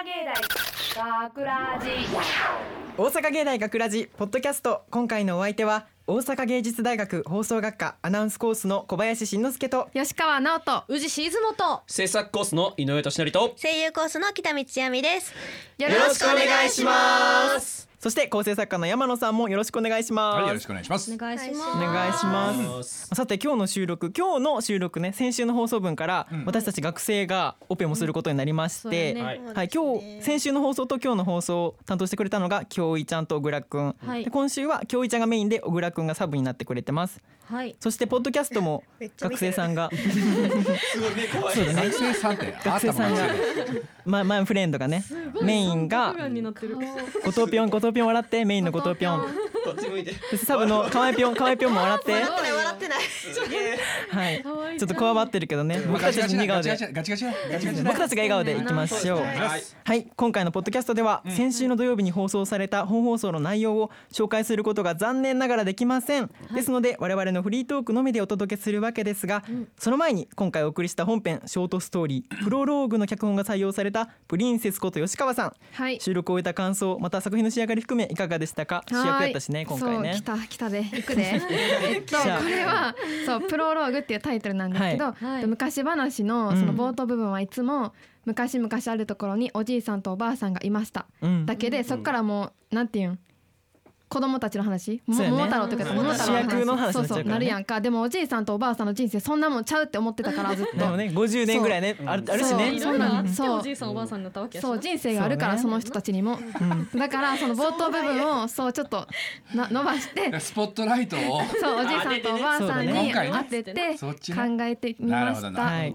芸大学ラジ大阪芸大学ラジポッドキャスト、今回のお相手は大阪芸術大学放送学科アナウンスコースの小林慎之介と吉川直人、 宇治静本、 制作コースの井上俊成と声優コースの北道亜美です。 よよろしくお願いします。 そして構成作家の山野さんもよろしくお願いします。 はい、よろしくお願いします。 お願いします。 お願いします。さて今日の収録ね、先週の放送分から私たち学生がオペもすることになりまして、はい今日先週の放送と今日の放送を担当してくれたのが京井ちゃんと小倉くん、で今週は京井ちゃんがメインで小倉くんがサブになってくれてます。 はい。 そしてポッドキャストも学生さんがすごいね、怖い。 そうだね、 学生さんって学生さんがマイフレンドがね、メインが後藤ぴょん笑って、メインの後藤ぴょん、 こっち向いて。 そしてサブの河合ぴょんも笑って笑ってない。 はい、ちょっとこわばってるけどね、僕たちの笑顔でガチガチ僕たちが笑顔でいきましょう。はい、今回のポッドキャストでは先週の土曜日に放送された本放送の内容を紹介することが残念ながらできません。ですので我々のフリートークのみでお届けするわけですが、その前に今回お送りした本編ショートストーリープロローグの脚本が採用されたプリンセスこと吉川さん、 はい、 収録を終えた感想、また作品の仕上がり含めいかがでしたか？主役やったしね、今回ね。 そう来たで行くでこれはそうプロローグっていうタイトルなんですけど、昔話のその冒頭部分はいつも昔々あるところにおじいさんとおばあさんがいました、だけで、そっからもうなんていうん子供たちの話、桃太郎とか主役の話そうなるやんか。でもおじいさんとおばあさんの人生そんなもんちゃうって思ってたからずっと。 でもね、50年ぐらいねあるしね。 そうおじいさんおばあさんになったわけやし。 そう人生があるから、その人たちにも、だからその冒頭部分をそうちょっと伸ばしてスポットライトをそうおじいさんとおばあさんに当てて考えてみました。はい、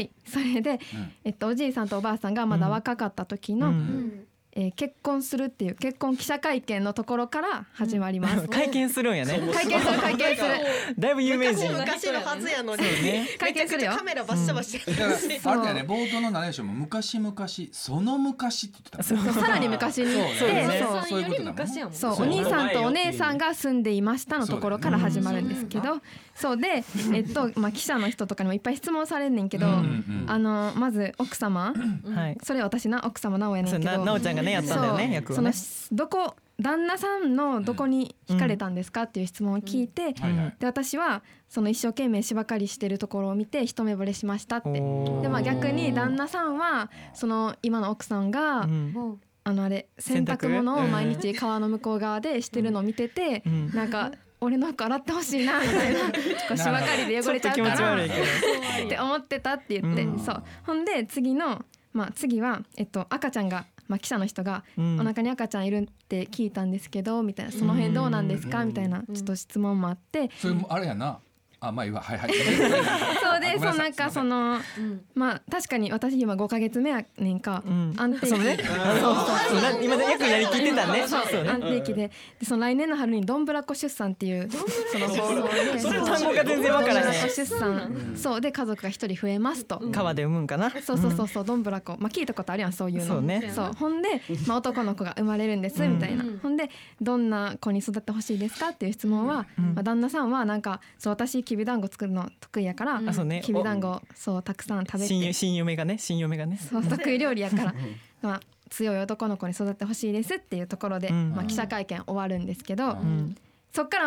それでおじいさんとおばあさんがまだ若かった時の結婚するっていう結婚記者会見のところから始まります。 会見するんやね。 会見するだいぶ有名人。 昔のはずやのに会見するよ。 カメラバッシャバシャ。 あれだよね、冒頭のナレーションも昔その昔って言ってた。 さらに昔に行って、 そういうことだもん。 そうお兄さんとお姉さんが住んでいましたのところから始まるんですけど、そうで記者の人とかにもいっぱい質問されんねんけど、まず奥様、それ私な奥様なおやねんけど、 なおちゃんがねやったんだよね、役をね。 旦那さんのどこに惹かれたんですかっていう質問を聞いて、で私はその一生懸命芝刈りしてるところを見て一目惚れしましたって。で逆に旦那さんはその今の奥さんが、あれ洗濯物を毎日川の向こう側でしてるのを見てて、なんか俺の服洗ってほしいなみたいな芝刈りで汚れちゃうからって思ってたって言って、そうほんで次は、赤ちゃんが、記者の人が、お腹に赤ちゃんいるって聞いたんですけどみたいな、その辺どうなんですかみたいなちょっと質問もあって、 それもあれやな。まあいいわ、はいそうで、なんかその確かに私今5ヶ月目やねんか、安定期で、 今で役やりきってたね。 安定期で、その来年の春にどんぶらこ出産っていうその放送で、 その単語が全然わからない。 どんぶらこ出産、そうで家族が一人増えますと。 川で産むんかな。 そうどんぶらこ、聞いたことあるやんそういうの。そうほんで男の子が生まれるんですみたいな。ほんでどんな子に育ってほしいですかっていう質問は、旦那さんはなんか私きびだんご作るの得意やから、きびだんごそうたくさん食べて、 新嫁がねそう得意料理やから強い男の子に育ってほしいですっていうところで、記者会見終わるんですけど、そっから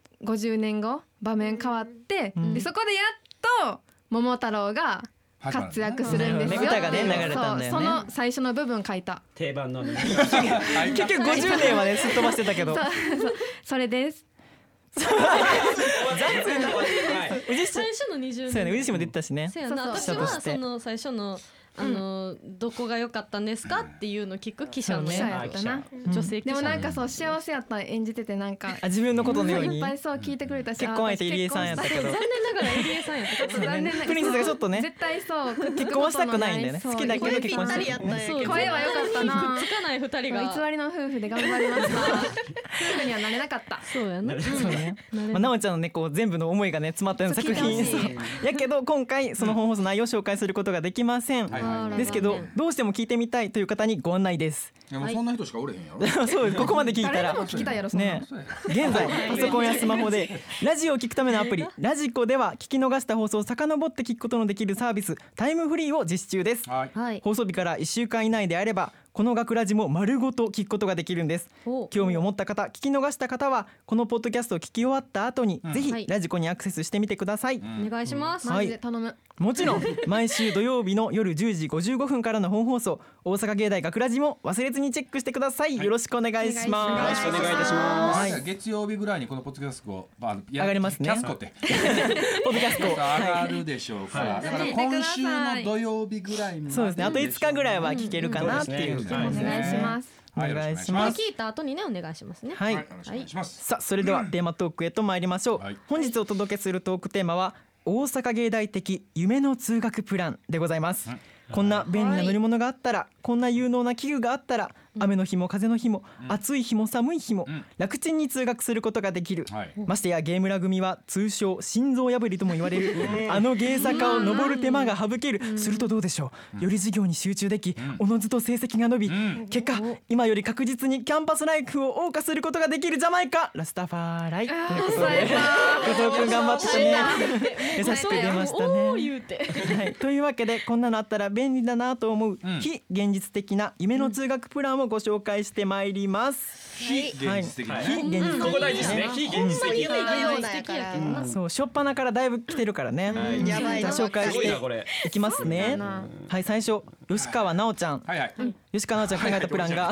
50年後場面変わって、でそこでやっと桃太郎が活躍するんですよ。 歌がね流れたんだよね。 その最初の部分書いた。 定番の。結局50年はねすっ飛ばしてたけど。 それです。 最初の20年。 そうやね、宇治市も出てたしね。 私はその最初のどこが良かったんですかっていうの聞く記者のやったな、 女性記者。 でもなんかそう幸せやった演じてて、なんか自分のことのようにいっぱいそう聞いてくれたし、 結婚相手入江さんやったけど、 残念ながら入江さんやったけど、 残念ながらプリンセスがちょっっとね絶対そう結婚はしたくないんだよね。好きだけど結婚したくない。 声は良かったな。 くっつかない2人が偽りの夫婦で頑張りました。夫婦にはなれなかった。 そうやね。 そうね。なおちゃんのねこう全部の思いがね詰まったような作品やけど、今回その本放送内容を紹介することができません。ですけどどうしても聞いてみたいという方にご案内です。 もうそんな人しかおれへんやろ。 そうここまで聞いたら誰でも聞きたいやろそんなね。現在パソコンやスマホでラジオを聞くためのアプリラジコでは聞き逃した放送を遡って聞くことのできるサービスタイムフリーを実施中です。放送日から1週間以内であればこの学ラジも丸ごと聞くことができるんです。興味を持った方、聞き逃した方はこのポッドキャストを聞き終わった後に、ぜひラジコにアクセスしてみてください。 お願いします。 マジで頼む。 もちろん毎週土曜日の夜10時55分からの本放送大阪芸大学ラジも忘れずにチェックしてください。よろしくお願いします。 よろしくお願いいたします。 はい、月曜日ぐらいにこのポッドキャストを上がりますね。 キャスコってポッドキャスト上がるでしょうから、だから今週の土曜日ぐらいまでそうですね。あと5日ぐらいは聞けるかなっていう。 お願いします。 お願いします。 聞いた後にねお願いしますね。 はい。さあそれではテーマトークへと参りましょう。本日お届けするトークテーマは大阪芸大的夢の通学プランでございます。こんな便利な乗り物があったら、こんな有能な器具があったら、雨の日も風の日も、暑い日も寒い日も、楽ちんに通学することができる。ましてやゲームラ組は通称心臓破りとも言われるあの芸坂を登る手間が省ける。するとどうでしょう。より授業に集中でき、おのずと成績が伸び、結果今より確実にキャンパスライフを謳歌することができるジャマイカラスタファーライということで、後藤くん頑張ってね。優しく出ましたね。はい、というわけでこんなのあったら便利だなと思う非現実的な夢の通学プランをご紹介してまいります。 非現実的な、 非現実的な、 ここ大事ですね。非現実的な。 そう初っ端からだいぶ来てるからね。じゃあ紹介していきますね。はい、最初吉川奈緒ちゃん。吉川奈緒ちゃん考えたプランが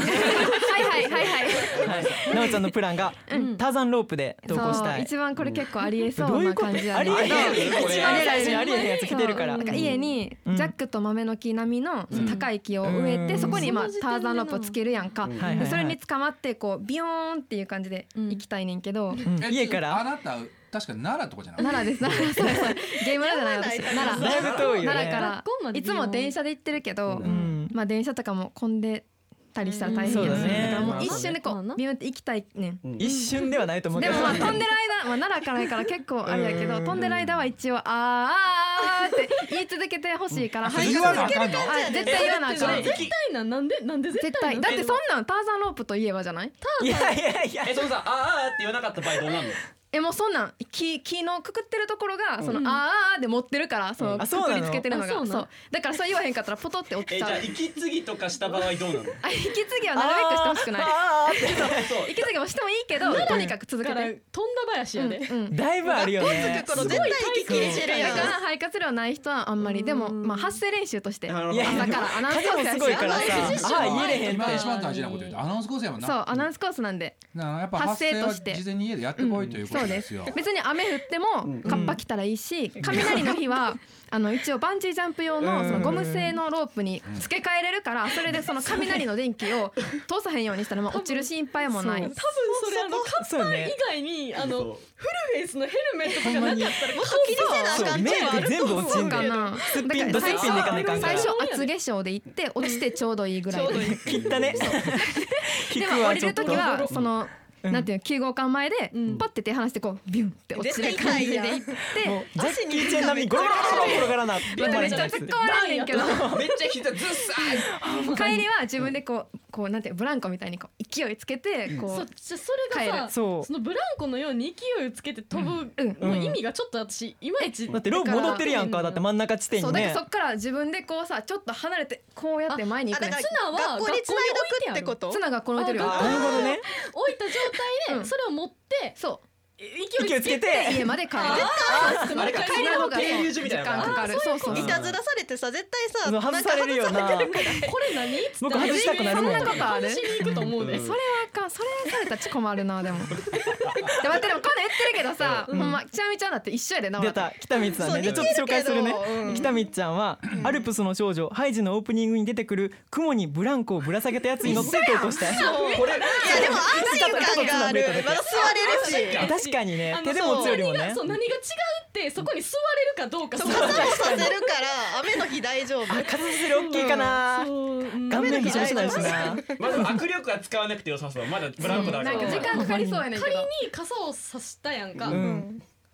奈緒ちゃんのプランがターザンロープで投稿したい。 一番これ結構ありえそうな感じやねんけど、 一番最初にありえへんやつ来てるから。 なんか家にジャックと豆の木並みの高い木を植えて、そこにターザンロープをつけるやんか。でそれに捕まってこうビヨーンっていう感じで行きたいねんけど、 家からあなた確か奈良とかじゃない？ 奈良です。ゲームラじゃない私。奈良。 だいぶ遠いよね。 奈良からいつも電車で行ってるけど、まあ電車とかも混んでたりしたら大変やし、だからもう一瞬でこうビュンって行きたいねん。 一瞬ではないと思うけど。 でも飛んでる間、奈良からやから結構あれやけど、飛んでる間は一応あーって言い続けてほしいから。 言わなあかんの？ 絶対言わなあかん。 絶対なんで絶対だってそんなんターザンロープといえばじゃない？ いやそのさあーって言わなかった場合どうなんの？ もうそんなん木のくくってるところがそのあーで持ってるから、そのくくりつけてるのがそうだから、そう言わへんかったらポトって落ちちゃう。 じゃあ息継ぎとかした場合どうなの？ 息継ぎはなるべくしてほしくない。息継ぎもしてもいいけど、とにかく続けて。 飛んだ林やで。 だいぶあるよね。 絶対息切れしてるやん。 だから肺活量ない人はあんまり。でもまあ発声練習として朝からアナウンスコースすごいからさ、言えれへんって。 今一番大事なこと言うとアナウンスコースやもんな。 そうアナウンスコースなんで、 やっぱ発声は事前に家でやってこいということですよ。 別に雨降ってもカッパ来たらいいし、雷の日は一応バンジージャンプ用のそのゴム製のロープに付け替えれるから、それでその雷の電気を通さへんようにしたら落ちる心配もない。 多分それカッパ以外にフルフェイスのヘルメットとかなかったらそうメイク全部落ちんで、すっぴんドすっぴんでいかないかんから。 最初厚化粧で行って落ちてちょうどいいぐらいで切ったね。 でも降りるときはそのなんていう9号館前でパッて手離してこうビュンって落ちる感じで行って、 ジャッキーチェン並みにゴロゴロゴロゴロなってめっちゃ突っ込まれんねんけど、 めっちゃひざずっさ帰りは自分でこうなんていうブランコみたいにこう勢いつけてこうそれがさ、そのブランコのように勢いをつけて飛ぶの意味がちょっと私いまいち。 だってロープ戻ってるやんか。だって真ん中地点にね。 そうだからそっから自分でこうさちょっと離れてこうやって前に行くね。 ツナは学校に繋いどくってこと？ ツナがこの置いてるよ。 なるほどね。 置いた状態でそれを持ってそう勢いつけて家まで帰る。 あれか帰りの方が経由所みたいな時間かかる。そういたずらされてさ、絶対さ外されるよな。 これ何？ 僕外したくなるもん。 そんなことある？ しに行くと思うね。 それはあかん。それされたち困るな。でも待って、でもこんなん言ってるけどさ、ほんまちなみちゃんだって一緒やでな。 出た北光さんね。じゃあちょっと紹介するね。北光ちゃんはアルプスの少女ハイジのオープニングに出てくる雲にブランコをぶら下げたやつに乗って投稿したい。 これいやでも安心感がある。まだ座れるし。 確かにね。手で持つよりもね。 何が違うってそこに座れるかどうか。 傘もさせるから雨の日大丈夫。 傘する大きいかな。顔面びしょしないしな。 まだ握力は使わなくて良さそう。まだブランコだから。 なんか時間かかりそうやねんけど。 仮に傘を差したやんか。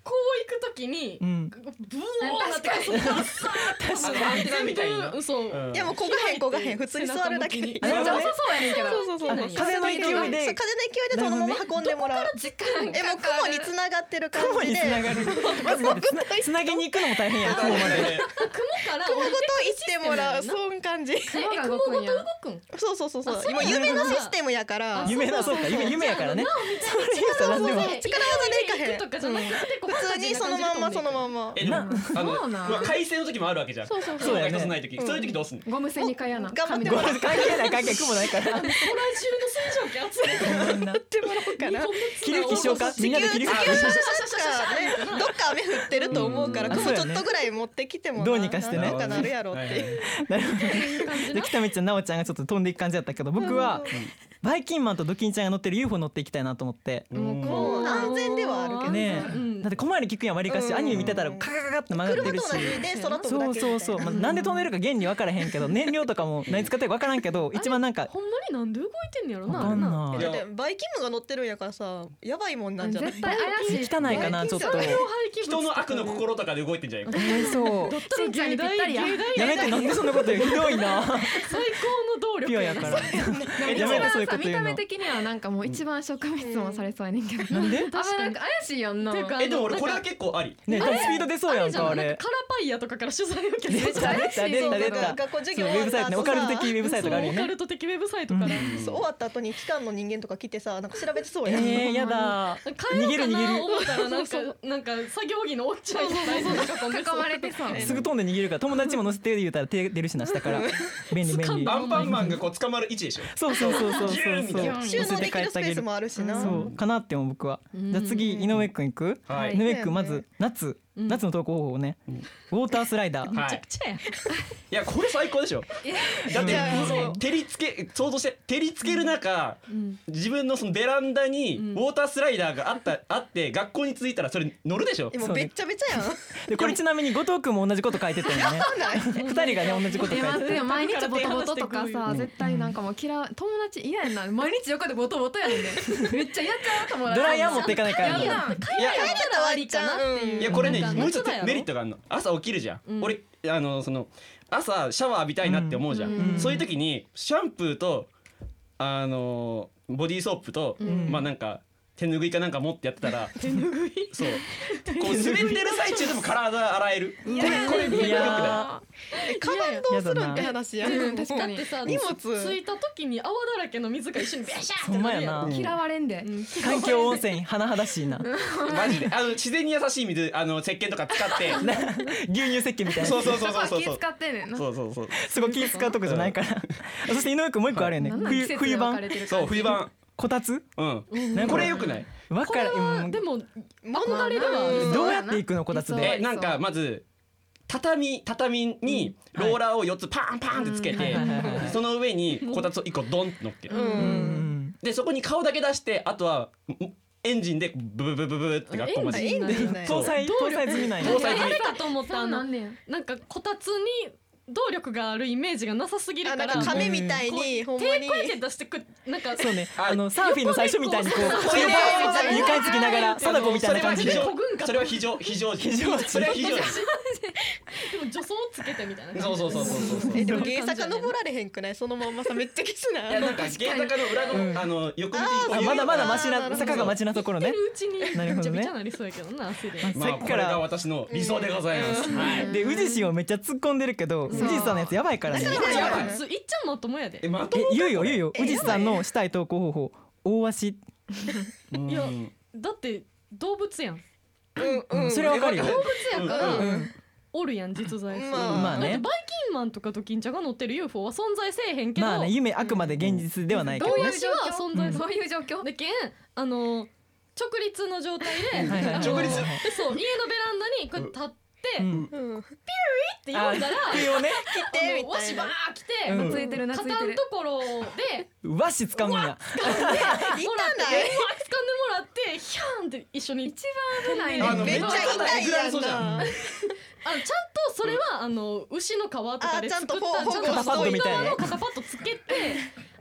行くときにうん、 ブーンなって確かにみたいな。 そういやもうこがへん普通に座るだけでいい。 あなるほどねそうやねんけどそう風の勢いでそう風の勢いでそのまま運んでもらう。 時間もう雲に繋がってる感雲にじで。 つながるまずだってつなげに行くのも大変やん雲まで雲から雲ごと行降りってもらうそういう感じ。 雲が雲動くんやごと動くん。 そう今夢のシステムやから夢のそうか夢やからねそれ言うたら何でも力技でいかへん。 とかじゃなくてこう普通にそのまんまそのまんま。 でもそうなん海鮮の時もあるわけじゃん。 そうそうやね雲が一つない時、そういう時どうすんの？ ゴム栓にかやな頑張ってもらう。 ごめん関係ない雲ないから空中の水蒸気集めてみんなってもらおうかな。 切り吹きしようかみんなで切り吹き地球なんかねどっか雨降ってると思うから雲ちょっとぐらい持ってきてもなどうにかしてねなんとかなるやろっていう。 なるほどねで北道ちゃんなおちゃんがちょっと飛んでいく感じだったけど僕はバイキンマンとドキンちゃんが乗ってる UFO 乗っていきたいなと思ってもう安全ではあるけどねうんだって小回り聞くやんわりかしアニメ見てたらカカカカって曲がってるし車と同じで空飛ぶだけみたいな。 そう、まあ、なんで飛んでるか原理分からへんけど燃料とかも何使ってるか分からんけど一番なんかほんまになんで動いてんのやろな。 分かんないだってバイキングが乗ってるんやからさやばいもんなんじゃない？ 絶対怪しい汚いかなちょっと人の悪の心とかで動いてんじゃないか。 そうしんちゃんにぴったりややめてなんでそんなこと言うひどいな最高の動力ピュアやからやめてそういうこと見言うのた目的にはなんかもう一番植物もされそうやねんけどなんであなんか怪しいやんなていうかでも俺これは結構あり。 ね多分スピード出そうやんかあれカラパイヤとかから取材受けて出た学校授業ウェブサイトねオカルト的ウェブサイトがあるよオカねルト的ウェブサイトからそう終わった後に機関の人間とか来てさなんか調べてそうやん。 やだ逃げる逃げる思ったらなんか作業着のおっちゃんいっぱい囲まれてそうすぐ飛んで逃げるから友達も乗せて言うたら手出るしな下から便利アンパンマンがこう捕まる位置でしょ。 そうギューンみたいな収納できるスペースもあるしな。 そうかなって思う僕はじゃあ次井上くんいくはい井上くんまず夏の投稿方法ねウォータースライダーはい。 めちゃくちゃや。 いやこれ最高でしょ。だって照りつけ想像して照りつける中、自分のそのベランダにウォータースライダーがあって学校に着いたらそれ乗るでしょ。 もうべっちゃべちゃやん。 でこれちなみに後藤くんも同じこと書いてたよね二人がね同じこと書いて待っててよ毎日ボトボトとかさ絶対なんかもう友達嫌やんな毎日横でボトボトやねんねめっちゃやっちゃう友達ドライヤー持っていかないからねやだ帰ったらありかなっていう。 いやこれねなんかもう一つ夏だよメリットがあるの。朝起きるじゃん。俺その朝シャワー浴びたいなって思うじゃん。そういう時にシャンプーとボディーソープとまあなんか手ぬぐいかなんか持ってやってたら手ぬぐいそうこう滑ってる最中でも体洗える。これいやカバンどうするんって話やん。 確かにだってさ荷物着いた時に泡だらけの水が一緒にビシャーってほんまやななるやん。 嫌われんで環境温泉甚だしいなマジで自然に優しい水石鹸とか使って牛乳石鹸みたいなそう気使ってんねんなそうそうすごい気使うとこじゃないからそして井上くんもう一個あるよねなんなん季節で冬版分かれてる感じそう冬版こたつこれよくない？ わかるでも憧れではどうやっていくのこたつでなんかまず畳にローラーを4つパンパンってつけてその上にこたつを1個ドンって乗っける。でそこに顔だけ出してあとはエンジンでブブブブブって学校までいいんだよね。 搭載済みなんや搭載済みあれかと思ったそうなんねんなんかこたつに動力があるイメージがなさすぎるからなんか亀みたいにほんまに手こうやって出してくなんかそうねサーフィンの最初みたいにこうこれで床につきながら貞子みたいな感じでそれは非常時それは非常時でも助走つけてみたいなそうでも原坂登られへんくないそのまんまさめっちゃきつないやなんか原坂の裏の横道まだまだマシな坂がマシなところねうちになるほどねめちゃめちゃなりそうやけどな汗でまあこれが私の理想でございます。はいで宇治氏をめっちゃ突っ込んでるけど宇治さんのやつやばいからねだからやばいいっちゃんまともやでまとも言うよ宇治さんのしたい投稿方法大足いやだって動物やんそれはわかるよ動物やからうんおるやん実在するまあねだってバイキンマンとかと金茶が乗ってる UFO は存在せえへんけどまあね夢あくまで現実ではないけどね私は存在するどういう状況でけん直立の状態ではいはいはい直立そう家のベランダにこうやって立ってうんって読んだら冬をね来てみたいなわしばー来てうんついてるなついてる肩んところで和紙掴むんやもらって痛ない掴んでもらってヒャーンって一緒に一番危ないねめっちゃ痛いやんそうじゃんなちゃんとそれは牛の皮とかで作ったちゃんと保護肩パッドみたいなの肩パッドつけて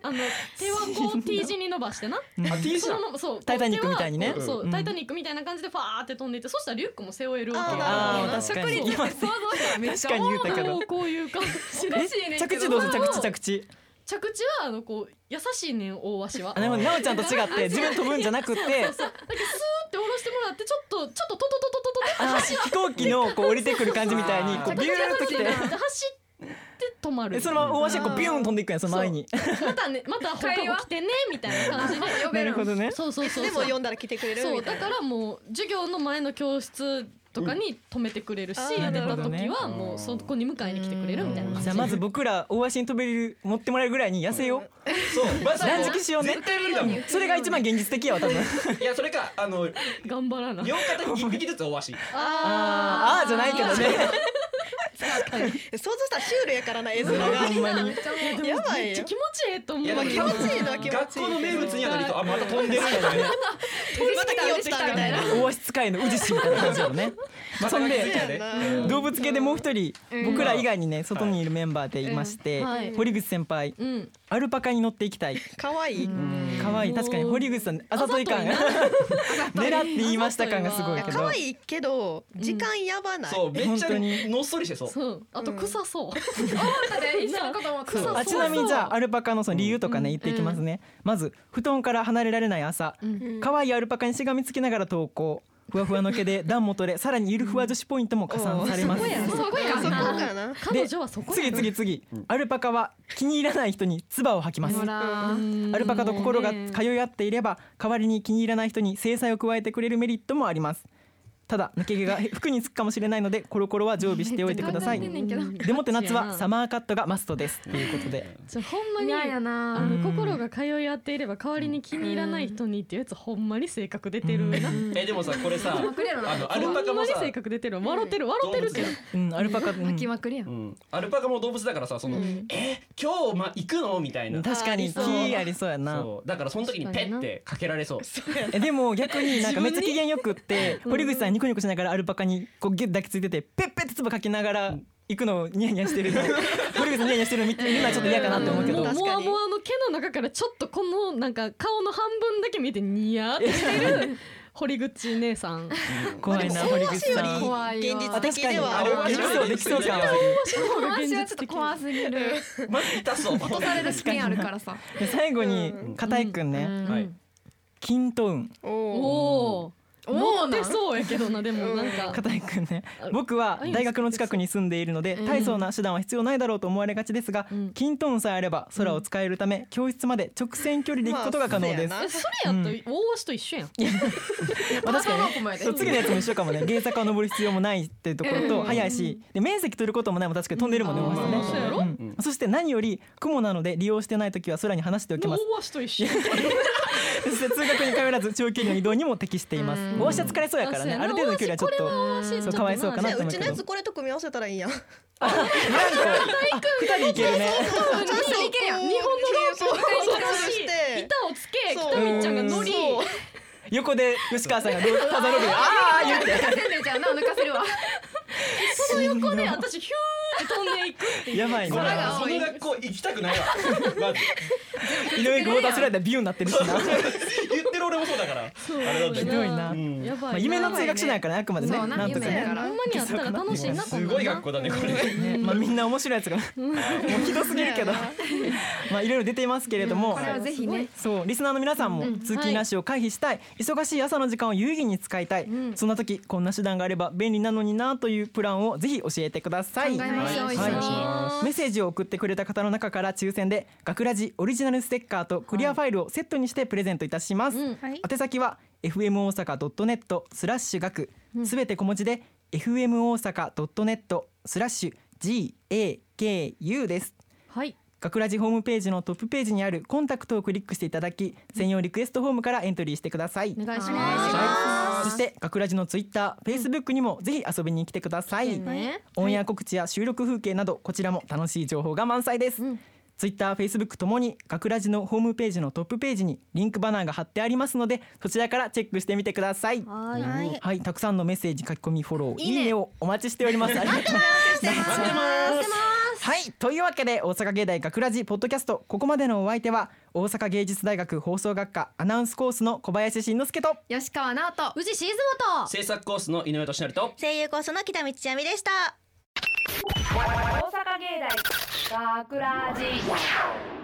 手はこう T 字に伸ばしてなあ T 字なの。 そうタイタニックみたいにねそうタイタニックみたいな感じでファーって飛んでいって、そしたらリュックも背負えるわけよ。 あー確かに今想像したらめっちゃ確かに言うたけどこういう感じで着地どうする着地着地はこう優しいねん大足は。 でもなおちゃんと違って自分飛ぶんじゃなくてだけどスーって下ろしてもらってちょっとトトトトトトト飛行機のこう降りてくる感じみたいにこうビューンときて走って止まる。 そのまま大足でこうビューン飛んでいくんやその前にまた他起きてねみたいな感じでなるほどねそうでも読んだら来てくれるそうみたいな。 だからもう授業の前の教室とかに止めてくれるし、 うん出たなるほどね時はもうそこに迎えに来てくれるみたいな感じ。 じゃあまず僕ら大足に飛べる持ってもらえるぐらいに痩せようそうマジで断食しようね絶対無理だもん。いそれが一番現実的やわ多分やそれか頑張らな。 両肩に1匹ずつ大足。 あーじゃないけどね想像したらシュールやからな絵面が。 ほんまにやばいよめっちゃ。気持ちいいと思う。 いや気持ちいいのは気持ちいい。 学校の名物にはなりとまた飛んでるみたいな。 また来よったみたいな。 大足使いの宇治市みたいな感じだよねそんで動物系でもう一人僕ら以外にね外にいるメンバーでいましてはい堀口先輩うんアルパカに乗っていきたい可愛い。 可愛い確かに堀口さんあざとい感あ狙って言いました感がすごいけど可愛いけど時間やばない。 そうめっちゃ本当にのっそりしてそう。 そうあと臭そう。 一緒のこと思ったあちなみにじゃあアルパカのその理由とかね言っていきますねまず布団から離れられない朝可愛いアルパカにしがみつきながら登校ふわふわの毛で暖も取れさらにゆるふわ女子ポイントも加算されますそこかな。 彼女はそこや次アルパカは気に入らない人に唾を吐きますほらアルパカと心が通い合っていれば代わりに気に入らない人に制裁を加えてくれるメリットもありますただ抜け毛が服につくかもしれないのでコロコロは常備しておいてください考えてんねんけどでもって夏はサマーカットがマストですということでほんまに嫌やな心が通い合っていれば代わりに気に入らない人にっていうやつほんまに性格出てるな。 でもさこれさアルパカもさほんまに性格出てる笑ってるけど。 アルパカ吐きまくりやんアルパカも動物だからさ今日行くのみたいな。 確かに気ありそうやなそうだからその時にペッてかけられそう。 でも逆になんかめっちゃ機嫌よくって堀口さんニコニコしながらアルパカにこうギュッ抱きついててペッペッって唾かきながら行くのをニヤニヤしてるの堀口さんニヤニヤしてるの見るのはちょっと嫌かなって思うけどもうモアモアの毛の中からちょっとこのなんか顔の半分だけ見えてニヤーってしてる堀口姉さん。 怖いな堀口さん怖いわ現実的ではあるできそうできそう感はある私はちょっと怖すぎるまず痛そう。 落とされる試験あるからさで最後に片井くんねはい。 均等運おおお持ってそうやけどなでもなんか片井くんね僕は大学の近くに住んでいるので大層な手段は必要ないだろうと思われがちですが均等運さえあれば空を使えるため教室まで直線距離で行くことが可能ですまあそれやったら大足と一緒やん。 確かにねそう次のやつも一緒かもね芸坂を登る必要もないっていうところと早いしで面積取ることもないも確かに飛んでるもんね大橋ねそうやろそして何より雲なので利用してないときは空に離しておきます大足と一緒やん。 そして通学に帰らず長距離の移動にも適しています大足は疲れそうやからねある程度の距離はちょっとそうかわいそうかなとう思うけどちのやつこれと組み合わせたらいいやん。 2人いけるねちゃんといけるやん日本のロープをして板をつけ北見ちゃんが乗りそう横で吉川さんがパザログであー言ってせんでじゃあな抜かせるわその横で私ヒューって飛んでいくっていう。 やばいなその学校行きたくないわ。まず井上君ウォータースライダービューになってるしな言ってる俺もそうだから。あれだってひどいなやばいまあ夢の通学しないからねあくまでねそうななんとかね夢やからほんまにやったら楽しいな。 すごい学校だねこれ。 ねまあみんな面白いやつがもうひどすぎるけどまあいろいろ出ていますけれどもこれはぜひねそうリスナーの皆さんも通勤ラッシュを回避したい忙しい朝の時間を有意義に使いたいそんな時こんな手段があれば便利なのになというプランをぜひ教えてください考えましょう一緒にメッセージを送ってくれた方の中から抽選で学ラジオリジナルステッカーとクリアファイルをセットにしてプレゼントいたします、 はい宛先は fm 大阪 .net/学すべて小文字で fm 大阪 .net/GAKU ですはい。 学ラジホームページのトップページにあるコンタクトをクリックしていただき専用リクエストフォームからエントリーしてください、 お願いしまはいそして学ラジのツイッター、フェイスブックにもぜひ遊びに来てください、 す。ね。 オンエア告知や収録風景などこちらも楽しい情報が満載です、ツイッター、フェイスブックともに学ラジのホームページのトップページにリンクバナーが貼ってありますのでそちらからチェックしてみてくださいはい。 はい、たくさんのメッセージ書き込みフォローいいねをお待ちしておりますありがとうございますはい、というわけで大阪芸大学ラジポッドキャスト、ここまでのお相手は大阪芸術大学放送学科アナウンスコースの小林慎之介と吉川直人、 宇治静本、 制作コースの井上俊成と声優コースの北道千亜美でした。 大阪芸大学ラジ